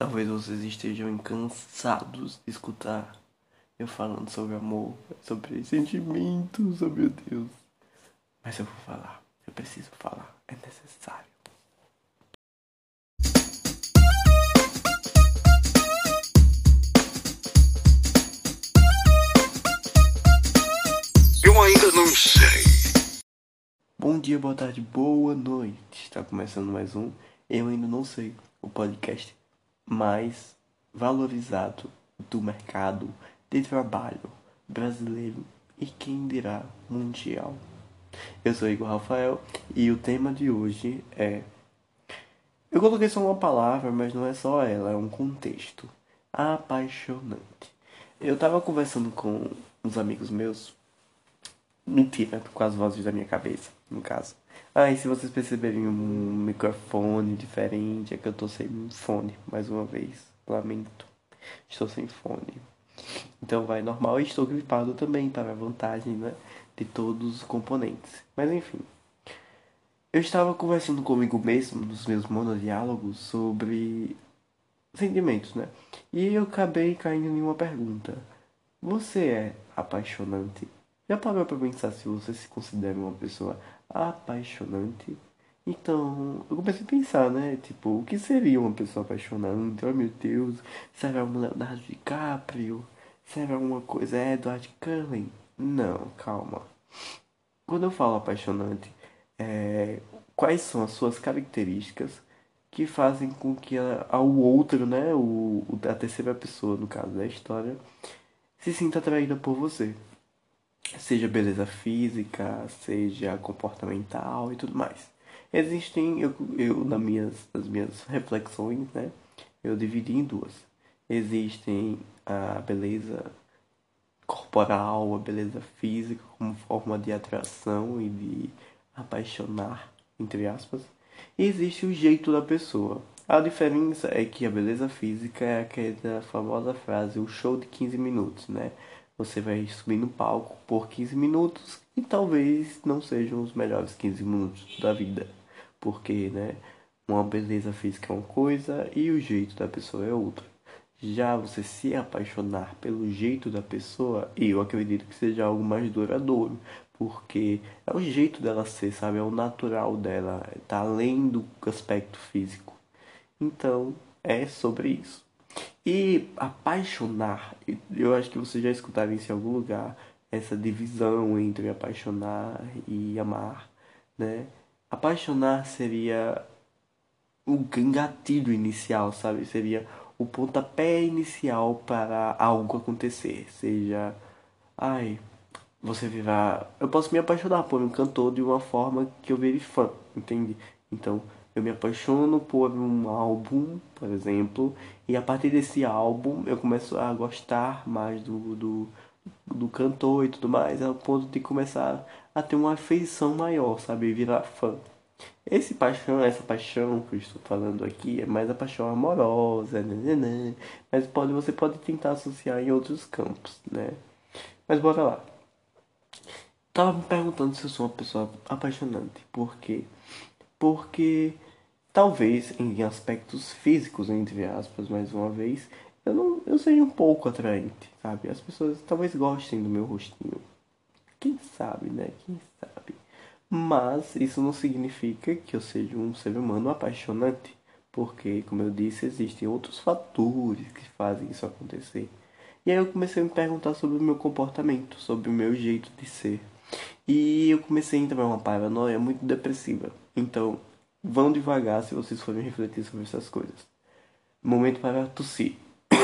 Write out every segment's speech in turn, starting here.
Talvez vocês estejam cansados de escutar eu falando sobre amor, sobre sentimentos, oh meu Deus. Mas eu vou falar, eu preciso falar, é necessário. Eu ainda não sei. Bom dia, boa tarde, boa noite. Está começando mais um Eu Ainda Não Sei, o podcast mais valorizado do mercado de trabalho brasileiro e quem dirá mundial. Eu sou Igor Rafael e o tema de hoje é... Eu coloquei só uma palavra, mas não é só ela, é um contexto. Apaixonante. Eu tava conversando com uns amigos meus. Mentira, com as vozes da minha cabeça, no caso. E se vocês perceberem um microfone diferente, é que eu tô sem fone, mais uma vez. Lamento. Estou sem fone. Então vai normal e estou gripado também, para a vantagem, né, de todos os componentes. Mas enfim. Eu estava conversando comigo mesmo, nos meus monodiálogos, sobre sentimentos, né? E eu acabei caindo em uma pergunta. Você é apaixonante? Já parou pra pensar se você se considera uma pessoa apaixonante? Então, eu comecei a pensar, né? Tipo, o que seria uma pessoa apaixonante? Oh meu Deus, será um Leonardo DiCaprio? Será uma coisa Edward Cullen? Não, calma. Quando eu falo apaixonante, é, quais são as suas características que fazem com que ao outro, né, a terceira pessoa, no caso da história, se sinta atraída por você? Seja beleza física, seja comportamental e tudo mais. Existem, nas minhas reflexões, né, eu dividi em duas. Existem a beleza corporal, a beleza física como forma de atração e de apaixonar, entre aspas. E existe o jeito da pessoa. A diferença é que a beleza física é aquela famosa frase, o show de 15 minutos, né? Você vai subir no palco por 15 minutos e talvez não sejam os melhores 15 minutos da vida. Porque, né, uma beleza física é uma coisa e o jeito da pessoa é outra. Já você se apaixonar pelo jeito da pessoa, eu acredito que seja algo mais duradouro, porque é o jeito dela ser, sabe? É o natural dela, tá além do aspecto físico. Então, é sobre isso. E apaixonar, eu acho que você já escutaram isso em algum lugar, essa divisão entre apaixonar e amar, né? Apaixonar seria o gatilho inicial, sabe? Seria o pontapé inicial para algo acontecer. Seja, ai, você virar. Eu posso me apaixonar por um cantor de uma forma que eu vire fã, entende? Então, eu me apaixono por um álbum, por exemplo, e a partir desse álbum eu começo a gostar mais do cantor e tudo mais, ao ponto de começar a ter uma afeição maior, sabe? Virar fã. Essa paixão que eu estou falando aqui é mais a paixão amorosa, né? Mas você pode tentar associar em outros campos, né? Mas bora lá. Tava me perguntando se eu sou uma pessoa apaixonante. Por quê? Porque talvez em aspectos físicos, entre aspas, mais uma vez, eu seja um pouco atraente, sabe? As pessoas talvez gostem do meu rostinho. Quem sabe, né? Quem sabe? Mas isso não significa que eu seja um ser humano apaixonante, porque, como eu disse, existem outros fatores que fazem isso acontecer. E aí eu comecei a me perguntar sobre o meu comportamento, sobre o meu jeito de ser. E eu comecei a entrar em uma paranoia muito depressiva. Então, vão devagar se vocês forem refletir sobre essas coisas. Momento para tossir.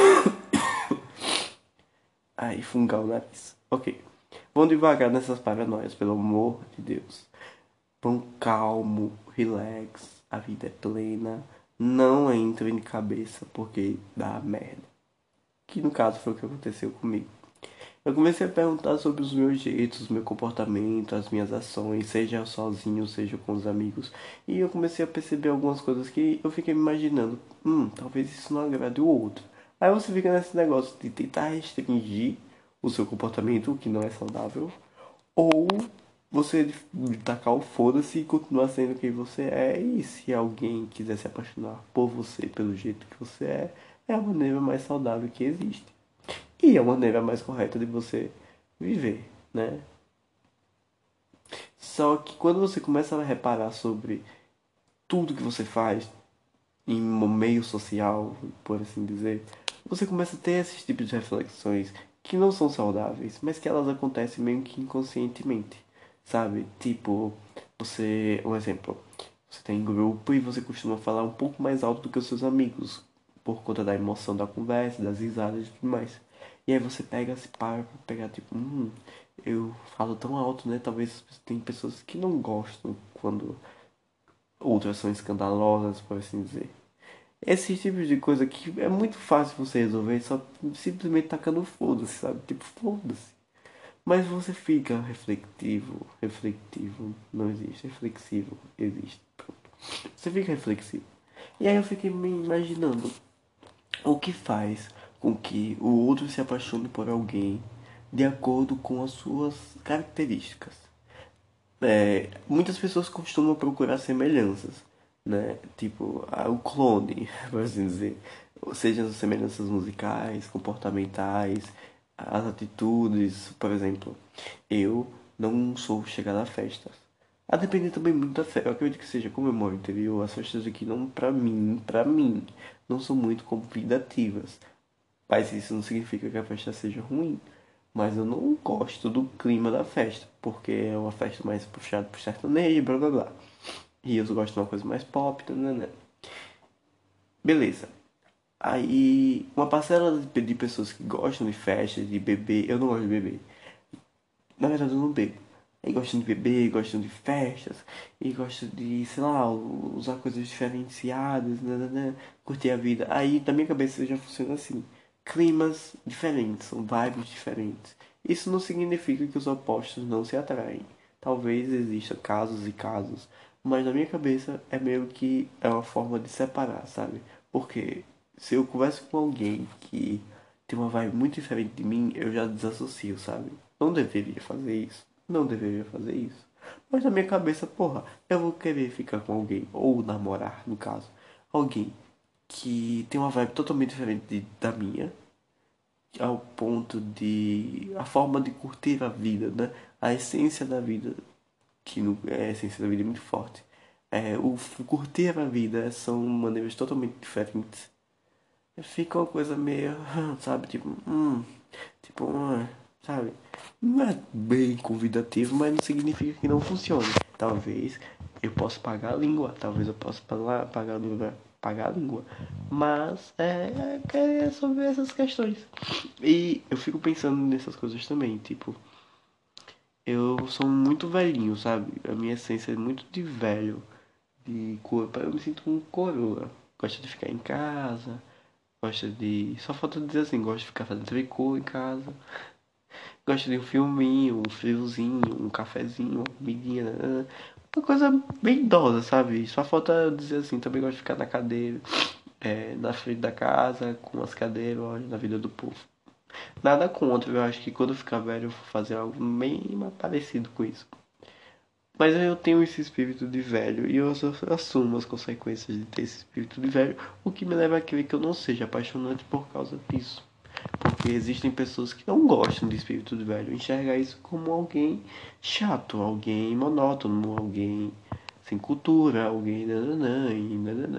Ai, fungar o nariz. Ok. Vão devagar nessas paranoias, pelo amor de Deus. Vão calmo, relax, a vida é plena. Não entre em cabeça porque dá merda. Que no caso foi o que aconteceu comigo. Eu comecei a perguntar sobre os meus jeitos, meu comportamento, as minhas ações, seja sozinho, seja com os amigos. E eu comecei a perceber algumas coisas que eu fiquei me imaginando. Talvez isso não agrade o outro. Aí você fica nesse negócio de tentar restringir o seu comportamento, o que não é saudável, ou você tacar o foda-se e continuar sendo quem você é. E se alguém quiser se apaixonar por você pelo jeito que você é a maneira mais saudável que existe. E é a maneira mais correta de você viver, né? Só que quando você começa a reparar sobre tudo que você faz em um meio social, por assim dizer, você começa a ter esses tipos de reflexões que não são saudáveis, mas que elas acontecem meio que inconscientemente, sabe? Tipo, um exemplo, você tem grupo e você costuma falar um pouco mais alto do que os seus amigos, por conta da emoção da conversa, das risadas e tudo mais. E aí você pega, se para pra pegar, tipo, eu falo tão alto, né? Talvez tem pessoas que não gostam quando outras são escandalosas, por assim dizer. Esse tipo de coisa que é muito fácil você resolver só simplesmente tacando foda-se, sabe? Tipo, foda-se. Mas você fica reflexivo, não existe, reflexivo, existe. Pronto. Você fica reflexivo. E aí eu fiquei me imaginando o que faz com que o outro se apaixone por alguém de acordo com as suas características. Muitas pessoas costumam procurar semelhanças, né? Tipo, o clone, por assim dizer. Ou seja, as semelhanças musicais, comportamentais, as atitudes, por exemplo. Eu não sou chegado a festas. A depender também muito da festa. Eu acredito que seja como eu moro no interior, as festas aqui não, pra mim, não são muito convidativas. Mas isso não significa que a festa seja ruim. Mas eu não gosto do clima da festa, porque é uma festa mais puxada pro sertanejo, blá blá blá. E eu gosto de uma coisa mais pop, né? Beleza. Aí, uma parcela de pessoas que gostam de festa, de beber, eu não gosto de beber. Na verdade, eu não bebo. Aí gostam de beber, gostam de festas, e gostam de, sei lá, usar coisas diferenciadas, né? Curtir a vida. Aí, na minha cabeça, já funciona assim. Climas diferentes, são vibes diferentes. Isso não significa que os opostos não se atraem. Talvez exista casos e casos, mas na minha cabeça é meio que é uma forma de separar, sabe? Porque se eu converso com alguém que tem uma vibe muito diferente de mim, eu já desassocio, sabe? Não deveria fazer isso. Não deveria fazer isso. Mas na minha cabeça, porra, eu vou querer ficar com alguém, ou namorar, no caso, alguém que tem uma vibe totalmente diferente da minha, ao ponto de a forma de curtir a vida, né? A essência da vida, que no, a essência da vida é muito forte. Curtir a vida são maneiras totalmente diferentes. Fica uma coisa meio, sabe, tipo, sabe? Não é bem convidativo, mas não significa que não funcione. Talvez eu possa pagar a língua, talvez eu possa pagar a língua. Mas é sobre essas questões. E eu fico pensando nessas coisas também, tipo, eu sou muito velhinho, sabe? A minha essência é muito de velho, de corpo. Eu me sinto um coroa. Gosto de ficar em casa, gosto de. Só falta dizer assim, gosto de ficar fazendo tricô em casa. Gosto de um filminho, um friozinho, um cafezinho, uma comidinha. Uma coisa bem idosa, sabe? Só falta eu dizer assim, também gosto de ficar na cadeira, na frente da casa, com as cadeiras, olha, na vida do povo. Nada contra, eu acho que quando eu ficar velho eu vou fazer algo bem parecido com isso. Mas eu tenho esse espírito de velho e eu só assumo as consequências de ter esse espírito de velho, o que me leva a crer que eu não seja apaixonante por causa disso. Porque existem pessoas que não gostam de espírito de velho, enxergar isso como alguém chato, alguém monótono, alguém sem cultura, alguém nananã e nananã.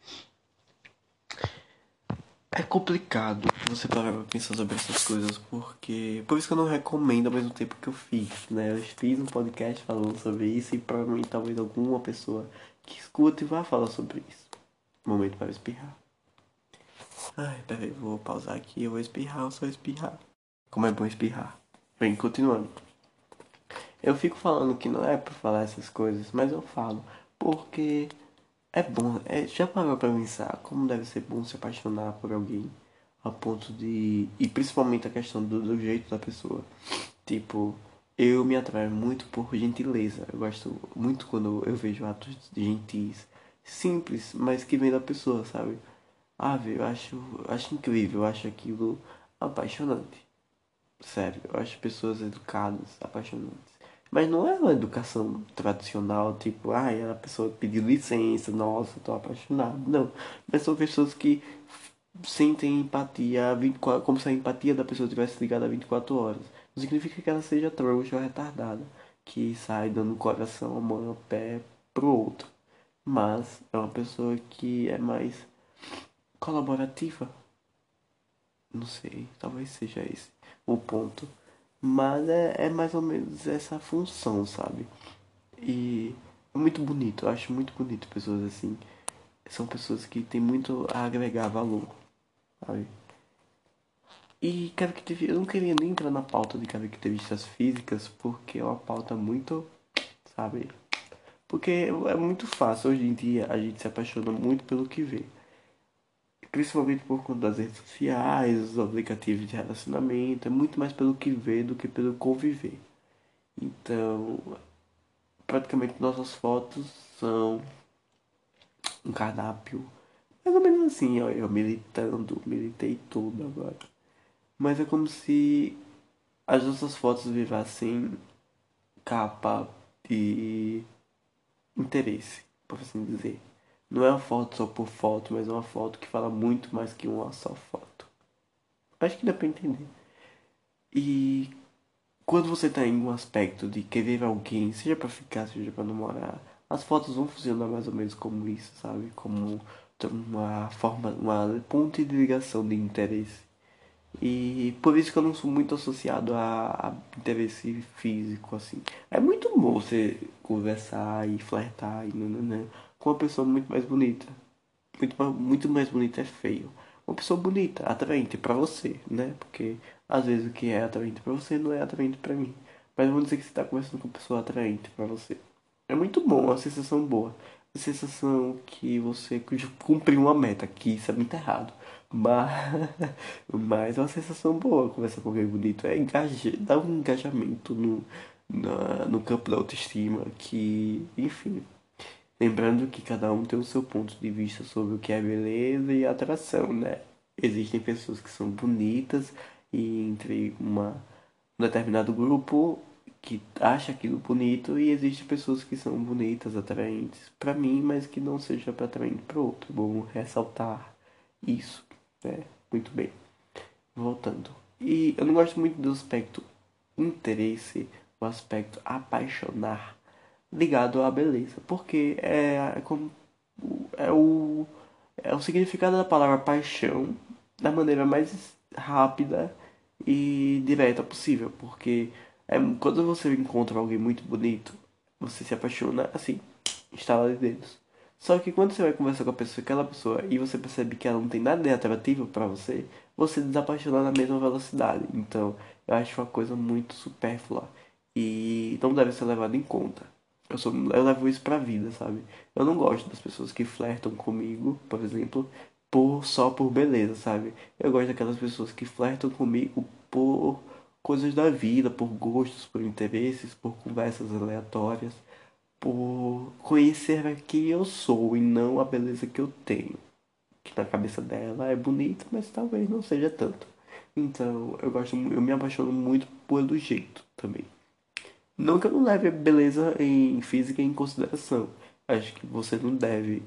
É complicado você parar pra pensar sobre essas coisas, porque. Por isso que eu não recomendo ao mesmo tempo que eu fiz, né? Eu fiz um podcast falando sobre isso e provavelmente talvez alguma pessoa que escuta e vá falar sobre isso. Momento para espirrar. Ai, peraí, vou pausar aqui, eu vou espirrar, eu só espirrar. Como é bom espirrar. Bem, continuando. Eu fico falando que não é pra falar essas coisas, mas eu falo. Porque é bom. Já parou pra pensar como deve ser bom se apaixonar por alguém? A ponto de. E principalmente a questão do jeito da pessoa. Tipo, eu me atraio muito por gentileza. Eu gosto muito quando eu vejo atos gentis. Simples, mas que vem da pessoa, sabe? Velho, eu acho incrível, eu acho aquilo apaixonante. Sério, eu acho pessoas educadas, apaixonantes. Mas não é uma educação tradicional, tipo, ai, a pessoa pediu licença, nossa, tô apaixonado. Não. Mas são pessoas que sentem empatia 24, como se a empatia da pessoa tivesse ligada a 24 horas. Não significa que ela seja trouxa ou retardada, que sai dando coração, a mão, o pé pro outro. Mas é uma pessoa que é mais colaborativa. Não sei, talvez seja esse o ponto. Mas é mais ou menos essa função, sabe? E é muito bonito, eu acho muito bonito pessoas assim. São pessoas que têm muito a agregar valor, sabe? E eu não queria nem entrar na pauta de características físicas, porque é uma pauta muito, sabe? Porque é muito fácil, hoje em dia a gente se apaixona muito pelo que vê. Principalmente por conta das redes sociais, os aplicativos de relacionamento, é muito mais pelo que vê do que pelo conviver. Então, praticamente nossas fotos são um cardápio. Mais ou menos assim, ó, eu militei tudo agora. Mas é como se as nossas fotos virassem capa de interesse, por assim dizer. Não é uma foto só por foto, mas é uma foto que fala muito mais que uma só foto. Acho que dá pra entender. E quando você tá em um aspecto de querer alguém, seja pra ficar, seja pra namorar, as fotos vão funcionar mais ou menos como isso, sabe? Como uma forma, uma ponte de ligação de interesse. E por isso que eu não sou muito associado a interesse físico, assim. É muito bom você conversar e flertar e nananã, com uma pessoa muito mais bonita. Muito mais bonita é feio. Uma pessoa bonita, atraente pra você, né? Porque às vezes o que é atraente pra você não é atraente pra mim. Mas vamos dizer que você tá conversando com uma pessoa atraente pra você. É muito bom, é uma sensação boa. Uma sensação que você cumpriu uma meta, que isso é muito errado. Mas, mas é uma sensação boa conversar com alguém bonito. Dá um engajamento no campo da autoestima que, enfim. Lembrando que cada um tem o seu ponto de vista sobre o que é beleza e atração, né? Existem pessoas que são bonitas e entre um determinado grupo que acha aquilo bonito e existem pessoas que são bonitas, atraentes para mim, mas que não seja para atraente para outro. Bom ressaltar isso, né? Muito bem. Voltando. E eu não gosto muito do aspecto interesse, o aspecto apaixonar ligado à beleza, porque é o é o significado da palavra paixão da maneira mais rápida e direta possível, porque quando você encontra alguém muito bonito, você se apaixona assim, estala de dedos. Só que quando você vai conversar com a pessoa, aquela pessoa, e você percebe que ela não tem nada de atrativo pra você, você desapaixona na mesma velocidade. Então, eu acho uma coisa muito supérflua e não deve ser levado em conta. Eu levo isso pra vida, sabe? Eu não gosto das pessoas que flertam comigo, por exemplo, só por beleza, sabe? Eu gosto daquelas pessoas que flertam comigo por coisas da vida, por gostos, por interesses, por conversas aleatórias, por conhecer quem eu sou e não a beleza que eu tenho. Que na cabeça dela é bonita, mas talvez não seja tanto. Então, eu me apaixono muito pelo jeito também. Não que eu não leve a beleza em física em consideração. Acho que você não deve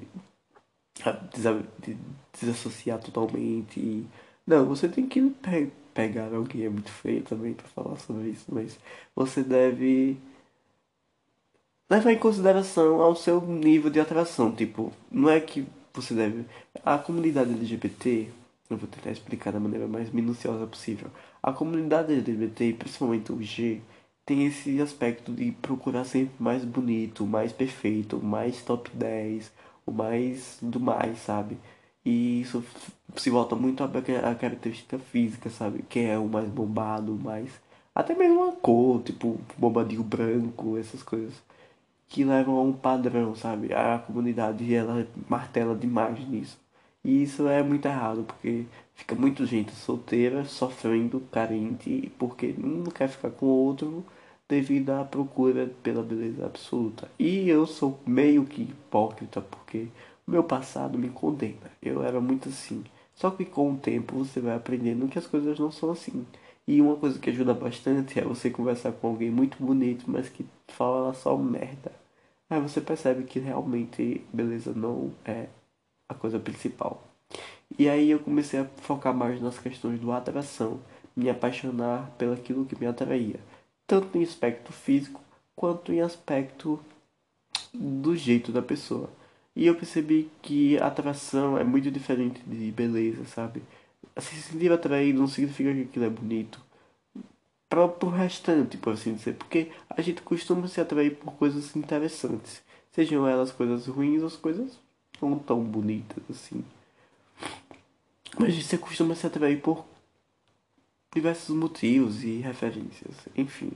desassociar totalmente. Não, você tem que pegar alguém é muito feio também para falar sobre isso, mas você deve levar em consideração ao seu nível de atração. Tipo, não é que você deve. A comunidade LGBT, eu vou tentar explicar da maneira mais minuciosa possível. A comunidade LGBT, principalmente o G, tem esse aspecto de procurar sempre mais bonito, mais perfeito, mais top 10 o mais do mais, sabe? E isso se volta muito à característica física, sabe? Quem é o mais bombado, o mais. Até mesmo a cor, tipo, bombadinho branco, essas coisas que levam a um padrão, sabe? A comunidade ela martela demais nisso. E isso é muito errado, porque fica muita gente solteira, sofrendo, carente, porque um não quer ficar com o outro devido à procura pela beleza absoluta. E eu sou meio que hipócrita, porque o meu passado me condena. Eu era muito assim. Só que com o tempo você vai aprendendo que as coisas não são assim. E uma coisa que ajuda bastante é você conversar com alguém muito bonito, mas que fala só merda. Aí você percebe que realmente beleza não é a coisa principal. E aí eu comecei a focar mais nas questões do atração, me apaixonar pelaquilo que me atraía, tanto em aspecto físico quanto em aspecto do jeito da pessoa. E eu percebi que atração é muito diferente de beleza, sabe? Se sentir atraído não significa que aquilo é bonito. Para pro restante, por assim dizer, porque a gente costuma se atrair por coisas interessantes, sejam elas coisas ruins ou coisas não tão bonitas assim. Mas a gente costuma se atrair por diversos motivos e referências, enfim.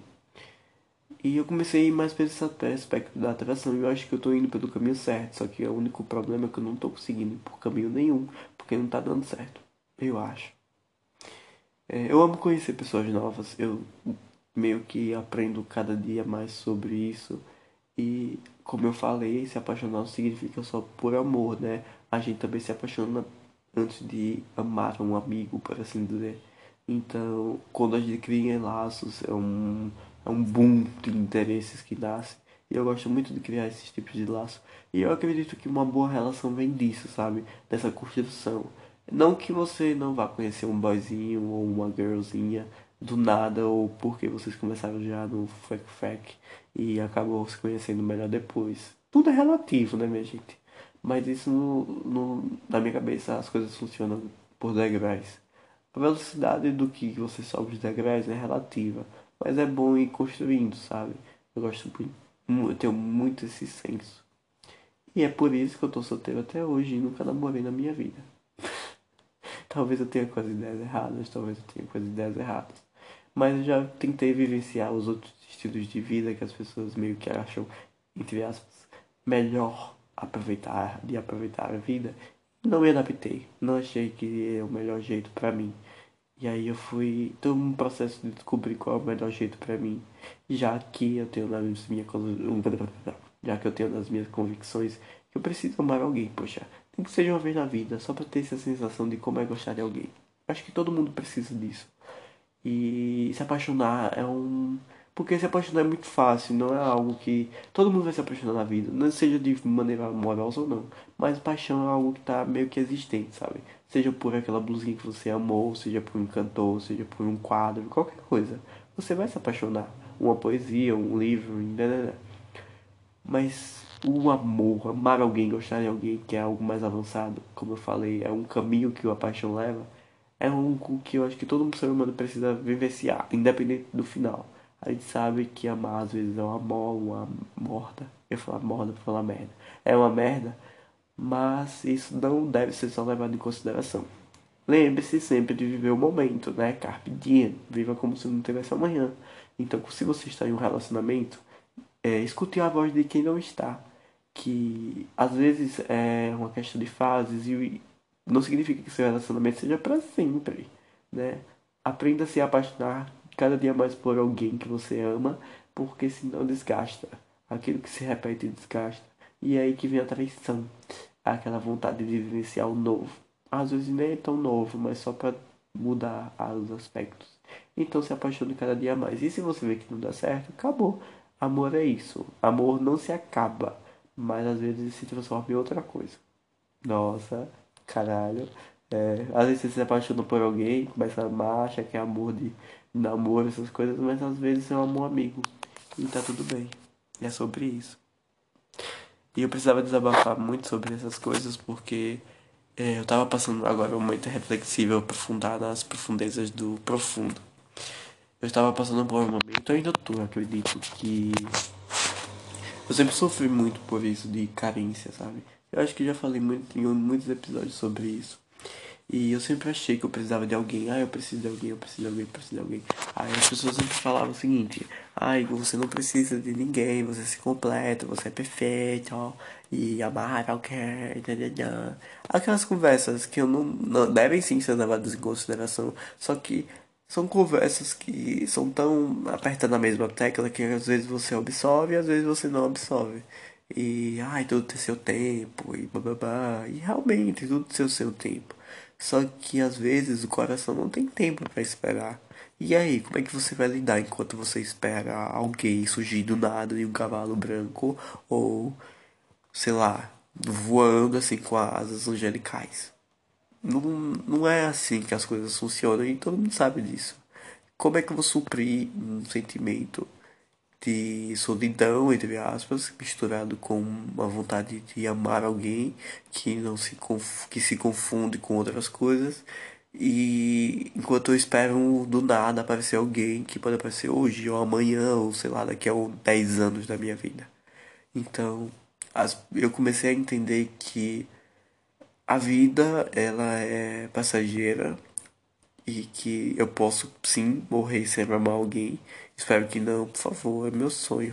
E eu comecei a ir mais para esse aspecto da atração e eu acho que eu tô indo pelo caminho certo, só que o único problema é que eu não tô conseguindo ir por caminho nenhum, porque não tá dando certo, eu acho. Eu amo conhecer pessoas novas, eu meio que aprendo cada dia mais sobre isso. E como eu falei, se apaixonar não significa só por amor, né? A gente também se apaixona antes de amar um amigo, por assim dizer. Então, quando a gente cria laços, é um boom de interesses que nasce. E eu gosto muito de criar esses tipos de laços. E eu acredito que uma boa relação vem disso, sabe? Dessa construção. Não que você não vá conhecer um boyzinho ou uma girlzinha do nada, ou porque vocês começaram já no Fake e acabou se conhecendo melhor depois. Tudo é relativo, né, minha gente? Mas isso na minha cabeça as coisas funcionam por degraus. A velocidade do que você sobe os degraus é relativa, mas é bom ir construindo, sabe? Eu gosto muito, eu tenho muito esse senso. E é por isso que eu tô solteiro até hoje e nunca namorei na minha vida. Talvez eu tenha com as ideias erradas, talvez eu tenha com as ideias erradas. Mas eu já tentei vivenciar os outros estilos de vida que as pessoas meio que acham, entre aspas, melhor aproveitar a vida. Não me adaptei, não achei que é o melhor jeito pra mim. E aí eu fui, tô num processo de descobrir qual é o melhor jeito pra mim, já que eu tenho nas minhas já que eu tenho nas minhas convicções que eu preciso amar alguém, poxa. Nem que seja uma vez na vida, só pra ter essa sensação de como é gostar de alguém. Acho que todo mundo precisa disso. E se apaixonar é um. Porque se apaixonar é muito fácil, não é algo que. Todo mundo vai se apaixonar na vida, não seja de maneira amorosa ou não. Mas paixão é algo que tá meio que existente, sabe? Seja por aquela blusinha que você amou, seja por um cantor, seja por um quadro, qualquer coisa. Você vai se apaixonar. Uma poesia, um livro, né? Mas o amor, amar alguém, gostar de alguém, que é algo mais avançado, como eu falei, é um caminho que a paixão leva, é um que eu acho que todo ser humano precisa vivenciar, independente do final. A gente sabe que amar às vezes é uma morta. Eu ia falar morda pra falar merda. É uma merda, mas isso não deve ser só levado em consideração. Lembre-se sempre de viver o momento, né? Carpe diem, viva como se não tivesse amanhã. Então, se você está em um relacionamento, escute a voz de quem não está. Que às vezes é uma questão de fases e não significa que seu relacionamento seja para sempre, né? Aprenda a se apaixonar cada dia mais por alguém que você ama, porque senão desgasta. Aquilo que se repete desgasta. E é aí que vem a traição, aquela vontade de vivenciar o novo. Às vezes nem é tão novo, mas só para mudar os aspectos. Então se apaixone cada dia mais. E se você vê que não dá certo, acabou. Amor é isso. Amor não se acaba, mas às vezes se transforma em outra coisa. Nossa, caralho. Às vezes você se apaixona por alguém, começa a amar, acha que é amor de namoro, essas coisas, mas às vezes é um amor amigo. E tá tudo bem. E é sobre isso. E eu precisava desabafar muito sobre essas coisas porque eu tava passando agora um momento reflexivo, aprofundar nas profundezas do profundo. Eu estava passando por um momento, eu ainda tô, acredito que eu sempre sofri muito por isso de carência, sabe? Eu acho que já falei muito em muitos episódios sobre isso. E eu sempre achei que eu precisava de alguém. Ah, eu preciso de alguém, eu preciso de alguém, eu preciso de alguém. Aí as pessoas sempre falavam o seguinte: ai, você não precisa de ninguém, você se completa, você é perfeito, ó, e amar alguém, tadadã. Aquelas conversas que eu não devem sim ser levadas em consideração, só que são conversas que são tão apertando a mesma tecla que às vezes você absorve e às vezes você não absorve. E, ai, tudo tem seu tempo, e bababá. E realmente, tudo tem seu tempo. Só que às vezes o coração não tem tempo para esperar. E aí, como é que você vai lidar enquanto você espera alguém surgir do nada em um cavalo branco ou, sei lá, voando assim com asas angelicais? Não, não é assim que as coisas funcionam e todo mundo sabe disso. Como é que eu vou suprir um sentimento de solidão, entre aspas, misturado com uma vontade de amar alguém que não se que se confunde com outras coisas? E enquanto eu espero do nada aparecer alguém que pode aparecer hoje ou amanhã ou sei lá, daqui a 10 anos da minha vida. Então, eu comecei a entender que a vida ela é passageira e que eu posso sim morrer sem amar alguém. Espero que não, por favor, é meu sonho.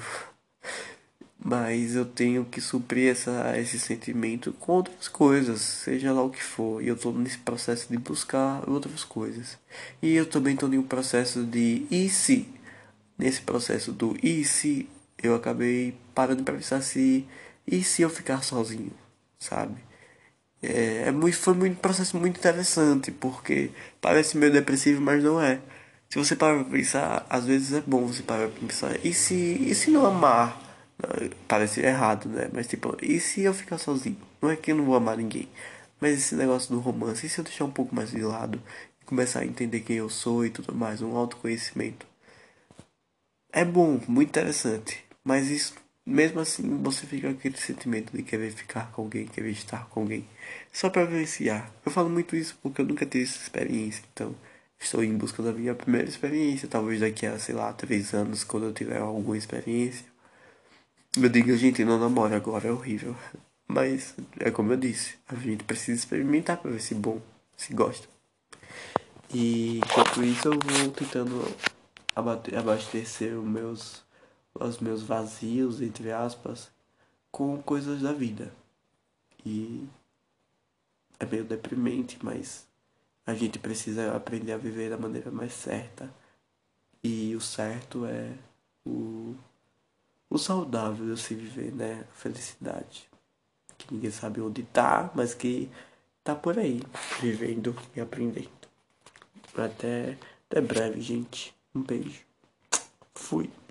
Mas eu tenho que suprir esse sentimento com outras coisas, seja lá o que for. E eu tô nesse processo de buscar outras coisas. E eu também tô em um processo de e se? Nesse processo do e se, eu acabei parando pra pensar se e se eu ficar sozinho, sabe? Foi muito um processo muito interessante, porque parece meio depressivo, mas não é. Se você parar pra pensar, às vezes é bom você parar pra pensar, e se não amar? Parece errado, né? Mas tipo, e se eu ficar sozinho? Não é que eu não vou amar ninguém, mas esse negócio do romance, e se eu deixar um pouco mais de lado e começar a entender quem eu sou e tudo mais, um autoconhecimento? É bom, muito interessante. Mas isso, mesmo assim, você fica com aquele sentimento de querer ficar com alguém, querer estar com alguém. Só pra vivenciar. Eu falo muito isso porque eu nunca tive essa experiência. Então, estou em busca da minha primeira experiência. Talvez daqui a, sei lá, 3 anos, quando eu tiver alguma experiência. Eu digo, gente, não namoro agora, é horrível. Mas, é como eu disse, a gente precisa experimentar pra ver se é bom, se gosta. E enquanto isso eu vou tentando abastecer os meus vazios, entre aspas, com coisas da vida. E é meio deprimente, mas a gente precisa aprender a viver da maneira mais certa. E o certo é o, o saudável de se viver, né? A felicidade. Que ninguém sabe onde tá, mas que tá por aí, vivendo e aprendendo. Até breve, gente. Um beijo. Fui.